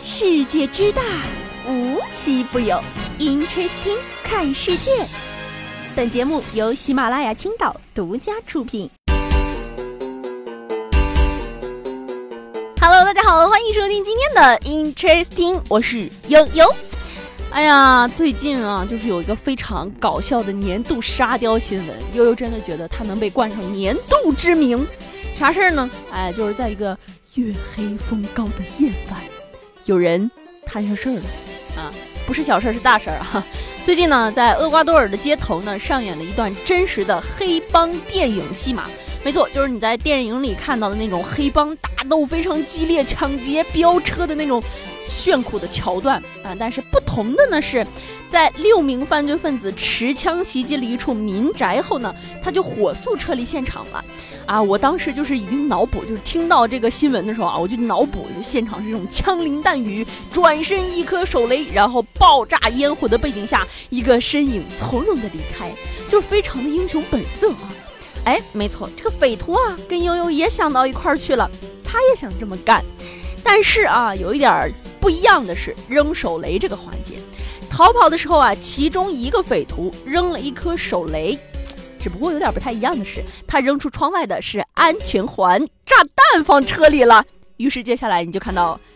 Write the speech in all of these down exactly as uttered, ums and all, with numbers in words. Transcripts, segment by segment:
世界之大，无奇不有。Interesting 看世界。本节目由喜马拉雅青岛独家出品。Hello， 大家好，欢迎收听今天的 Interesting， 我是悠悠。哎呀，最近啊，就是有一个非常搞笑的年度沙雕新闻，悠悠真的觉得它能被冠上年度之名。啥事儿呢？哎，就是在一个月黑风高的夜晚，有人摊上事儿了啊，不是小事儿，是大事儿啊。最近呢，在厄瓜多尔的街头呢，上演了一段真实的黑帮电影戏码。没错，就是你在电影里看到的那种黑帮打斗非常激烈、抢劫、飙车的那种炫酷的桥段啊。但是不同的呢是，在六名犯罪分子持枪袭击了一处民宅后呢，他就火速撤离现场了。啊，我当时就是已经脑补，就是听到这个新闻的时候啊，我就脑补就现场是这种枪林弹雨，转身一颗手雷，然后爆炸烟火的背景下，一个身影从容的离开，就是非常的英雄本色啊。哎，没错，这个匪徒啊，跟悠悠也想到一块儿去了，他也想这么干。但是啊，有一点不一样的是，扔手雷这个环节，逃跑的时候啊，其中一个匪徒扔了一颗手雷，只不过有点不太一样的是，他扔出窗外的是安全环，炸弹放车里了。于是接下来你就看到，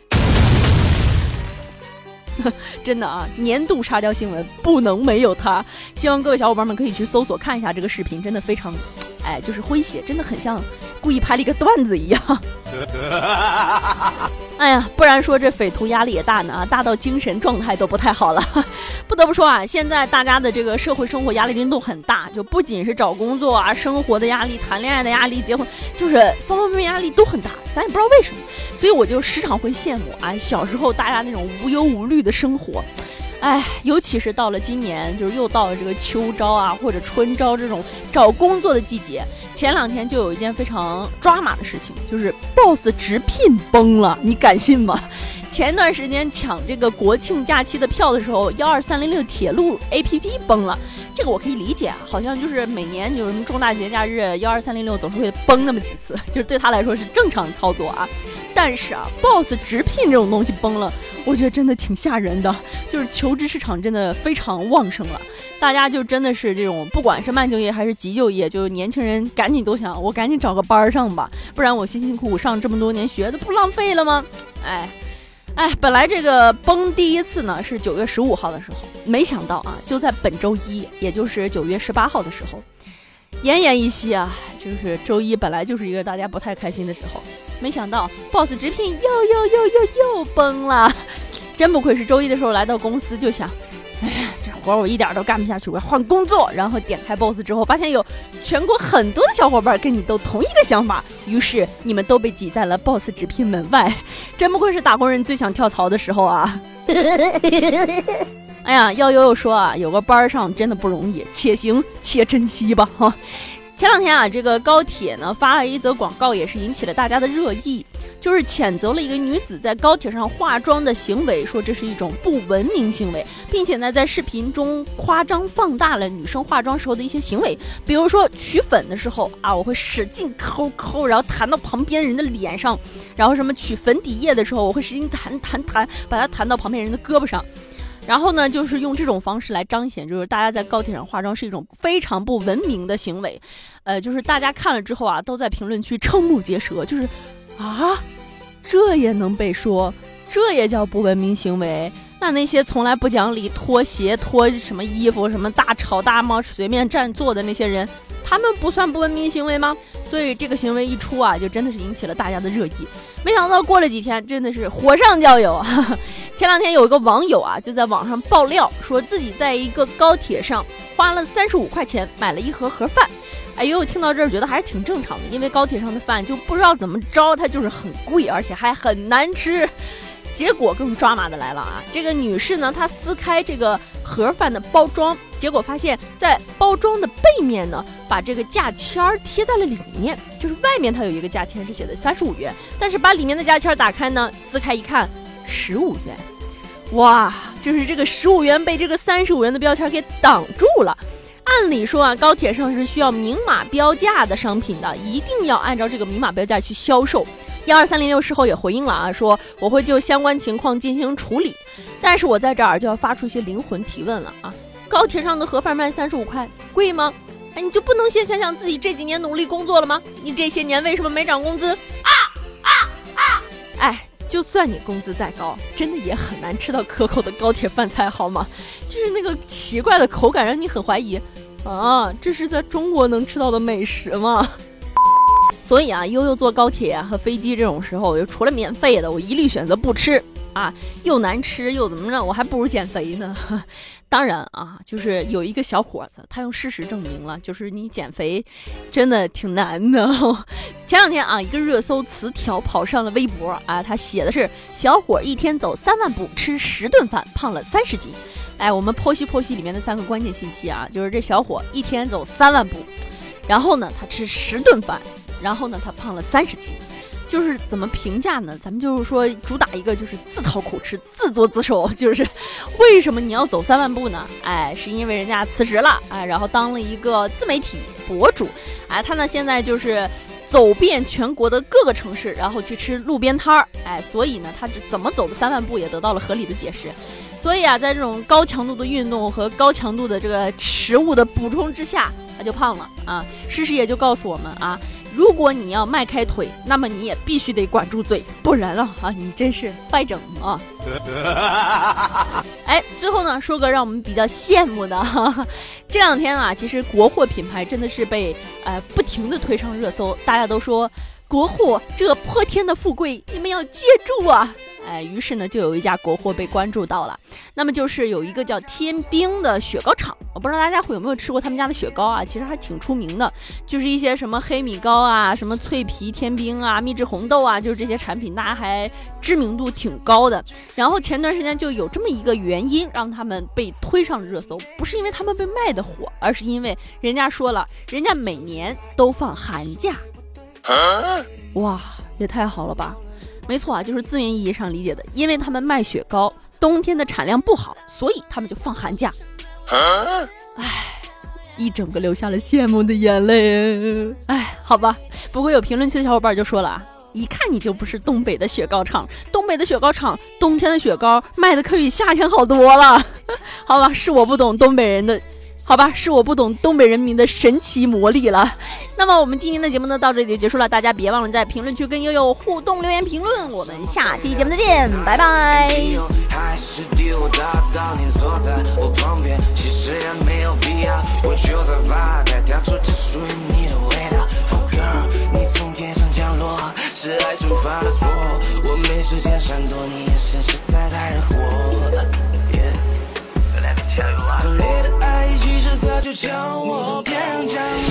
真的啊，年度沙雕新闻不能没有它。希望各位小伙伴们可以去搜索看一下这个视频，真的非常。哎，就是诙谐，真的很像故意拍了一个段子一样。哎呀，不然说这匪徒压力也大呢啊，大到精神状态都不太好了。不得不说啊，现在大家的这个社会生活压力真的都很大，就不仅是找工作啊、生活的压力、谈恋爱的压力、结婚，就是方方面面压力都很大，咱也不知道为什么。所以我就时常会羡慕啊，小时候大家那种无忧无虑的生活。哎，尤其是到了今年，就是又到了这个秋招啊，或者春招这种找工作的季节。前两天就有一件非常抓马的事情，就是 boss 直聘崩了，你敢信吗？前段时间抢这个国庆假期的票的时候，一二三零六铁路 A P P 崩了，这个我可以理解啊，好像就是每年有什么重大节假日，一二三零六总是会崩那么几次，就是对他来说是正常操作啊。但是啊 boss 直聘这种东西崩了，我觉得真的挺吓人的，就是求职市场真的非常旺盛了，大家就真的是这种不管是慢就业还是急就业，就年轻人赶紧都想我赶紧找个班上吧，不然我辛辛苦苦上这么多年学的不浪费了吗？哎哎，本来这个崩第一次呢是九月十五号的时候，没想到啊就在本周一，也就是九月十八号的时候，奄奄一息啊，就是周一本来就是一个大家不太开心的时候，没想到 boss 直聘又又又又又崩了。真不愧是周一的时候来到公司就想，哎呀，这活我一点都干不下去，我要换工作。然后点开 boss 之后，发现有全国很多的小伙伴跟你都同一个想法，于是你们都被挤在了 boss 直聘门外。真不愧是打工人最想跳槽的时候啊。哎呀，要悠悠说啊，有个班上真的不容易，且行且珍惜吧哈。前两天啊，这个高铁呢发了一则广告，也是引起了大家的热议，就是谴责了一个女子在高铁上化妆的行为，说这是一种不文明行为，并且呢在视频中夸张放大了女生化妆时候的一些行为，比如说取粉的时候啊，我会使劲抠抠，然后弹到旁边人的脸上，然后什么取粉底液的时候，我会使劲弹弹弹，把它弹到旁边人的胳膊上。然后呢，就是用这种方式来彰显，就是大家在高铁上化妆是一种非常不文明的行为，呃，就是大家看了之后啊，都在评论区瞠目结舌，就是啊，这也能被说，这也叫不文明行为？那那些从来不讲理、脱鞋、脱什么衣服、什么大吵大骂、随便占座的那些人，他们不算不文明行为吗？所以这个行为一出啊，就真的是引起了大家的热议。没想到过了几天，真的是火上浇油啊！前两天有一个网友啊，就在网上爆料，说自己在一个高铁上花了三十五块钱买了一盒盒饭。哎呦，听到这儿觉得还是挺正常的，因为高铁上的饭就不知道怎么着，它就是很贵，而且还很难吃。结果更抓马的来了啊！这个女士呢，她撕开这个盒饭的包装，结果发现在包装的背面呢，把这个价签贴在了里面，就是外面它有一个价签是写的三十五元，但是把里面的价签打开呢，撕开一看，十五元。哇，就是这个十五元被这个三十五元的标签给挡住了。按理说啊，高铁上是需要明码标价的商品的，一定要按照这个明码标价去销售。 幺二三零六事后也回应了啊，说我会就相关情况进行处理，但是我在这儿就要发出一些灵魂提问了啊，高铁上的盒饭卖三十五块，贵吗？哎，你就不能先想想自己这几年努力工作了吗？你这些年为什么没涨工资？啊啊啊！哎，就算你工资再高，真的也很难吃到可口的高铁饭菜，好吗？就是那个奇怪的口感，让你很怀疑啊，这是在中国能吃到的美食吗？所以啊，悠悠坐高铁啊和飞机这种时候，就除了免费的，我一律选择不吃啊，又难吃又怎么着，我还不如减肥呢。当然啊，就是有一个小伙子，他用事实证明了，就是你减肥真的挺难的。前两天啊，一个热搜词条跑上了微博啊，他写的是小伙一天走三万步，吃十顿饭，胖了三十斤。哎，我们剖析剖析里面的三个关键信息啊，就是这小伙一天走三万步，然后呢，他吃十顿饭。然后呢，他胖了三十斤，就是怎么评价呢？咱们就是说主打一个就是自讨苦吃、自作自受。就是为什么你要走三万步呢？哎，是因为人家辞职了，哎，然后当了一个自媒体博主，哎，他呢现在就是走遍全国的各个城市，然后去吃路边摊儿，哎，所以呢，他这怎么走的三万步也得到了合理的解释。所以啊，在这种高强度的运动和高强度的这个食物的补充之下，他就胖了啊。事实也就告诉我们啊。如果你要迈开腿，那么你也必须得管住嘴，不然了啊，你真是坏整啊！哎，最后呢，说个让我们比较羡慕的，哈哈，这两天啊，其实国货品牌真的是被呃不停的推上热搜，大家都说国货这泼天的富贵，你们要接住啊！哎，于是呢，就有一家国货被关注到了，那么就是有一个叫天冰的雪糕厂，我不知道大家会有没有吃过他们家的雪糕啊，其实还挺出名的，就是一些什么黑米糕啊，什么脆皮天冰啊，秘制红豆啊，就是这些产品大家还知名度挺高的。然后前段时间就有这么一个原因让他们被推上热搜，不是因为他们被卖的火，而是因为人家说了，人家每年都放寒假。哇，也太好了吧！没错啊，就是字面意义上理解的，因为他们卖雪糕，冬天的产量不好，所以他们就放寒假。唉，一整个流下了羡慕的眼泪。唉，好吧，不过有评论区的小伙伴就说了啊，一看你就不是东北的雪糕厂，东北的雪糕厂冬天的雪糕卖的可比夏天好多了。好吧，是我不懂东北人的。好吧，是我不懂东北人民的神奇魔力了。那么我们今天的节目呢到这里就结束了，大家别忘了在评论区跟悠悠互动留言评论，我们下期节目再见，拜拜。还是替我打到你坐在我旁边，其实也没有必要，我就在发呆，跳出只属于你的味道。Oh girl， 你从天上降落，是爱触发的错，我没时间闪躲，你眼神实在太惹火。Yeah， so let me tell you why。早就叫我别让